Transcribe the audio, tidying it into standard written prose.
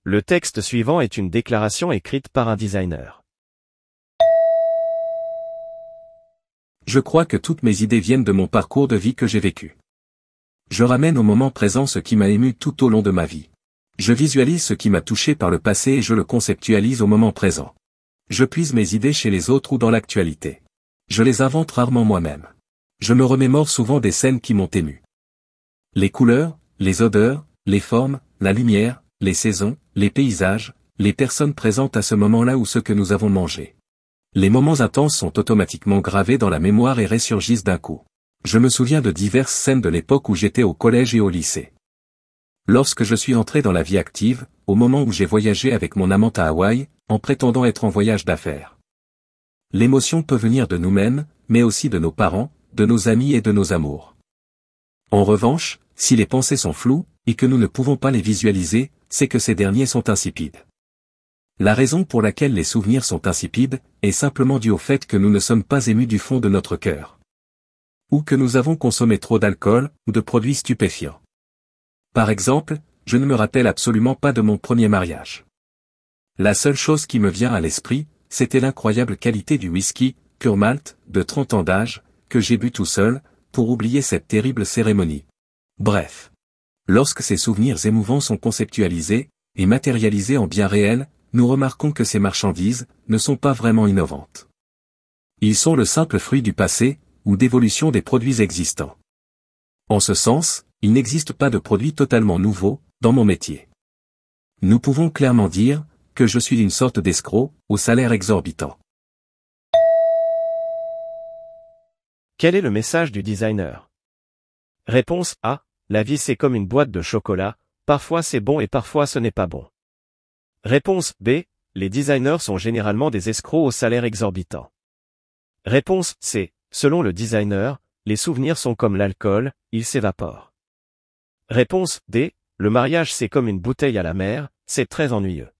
Le texte suivant est une déclaration écrite par un designer. Je crois que toutes mes idées viennent de mon parcours de vie que j'ai vécu. Je ramène au moment présent ce qui m'a ému tout au long de ma vie. Je visualise ce qui m'a touché par le passé et je le conceptualise au moment présent. Je puise mes idées chez les autres ou dans l'actualité. Je les invente rarement moi-même. Je me remémore souvent des scènes qui m'ont ému. Les couleurs, les odeurs, les formes, la lumière, les saisons, les paysages, les personnes présentes à ce moment-là ou ce que nous avons mangé. Les moments intenses sont automatiquement gravés dans la mémoire et ressurgissent d'un coup. Je me souviens de diverses scènes de l'époque où j'étais au collège et au lycée. Lorsque je suis entré dans la vie active, au moment où j'ai voyagé avec mon amante à Hawaï, en prétendant être en voyage d'affaires. L'émotion peut venir de nous-mêmes, mais aussi de nos parents, de nos amis et de nos amours. En revanche, si les pensées sont floues, et que nous ne pouvons pas les visualiser, c'est que ces derniers sont insipides. La raison pour laquelle les souvenirs sont insipides, est simplement due au fait que nous ne sommes pas émus du fond de notre cœur. Ou que nous avons consommé trop d'alcool, ou de produits stupéfiants. Par exemple, je ne me rappelle absolument pas de mon premier mariage. La seule chose qui me vient à l'esprit, c'était l'incroyable qualité du whisky, Pure Malt, de 30 ans d'âge, que j'ai bu tout seul, pour oublier cette terrible cérémonie. Bref. Lorsque ces souvenirs émouvants sont conceptualisés, et matérialisés en bien réel, nous remarquons que ces marchandises, ne sont pas vraiment innovantes. Ils sont le simple fruit du passé, ou d'évolution des produits existants. En ce sens, il n'existe pas de produit totalement nouveau, dans mon métier. Nous pouvons clairement dire, que je suis une sorte d'escroc, au salaire exorbitant. Quel est le message du designer? Réponse A. La vie c'est comme une boîte de chocolat, parfois c'est bon et parfois ce n'est pas bon. Réponse B. Les designers sont généralement des escrocs au salaire exorbitant. Réponse C. Selon le designer, les souvenirs sont comme l'alcool, ils s'évaporent. Réponse D. Le mariage c'est comme une bouteille à la mer, c'est très ennuyeux.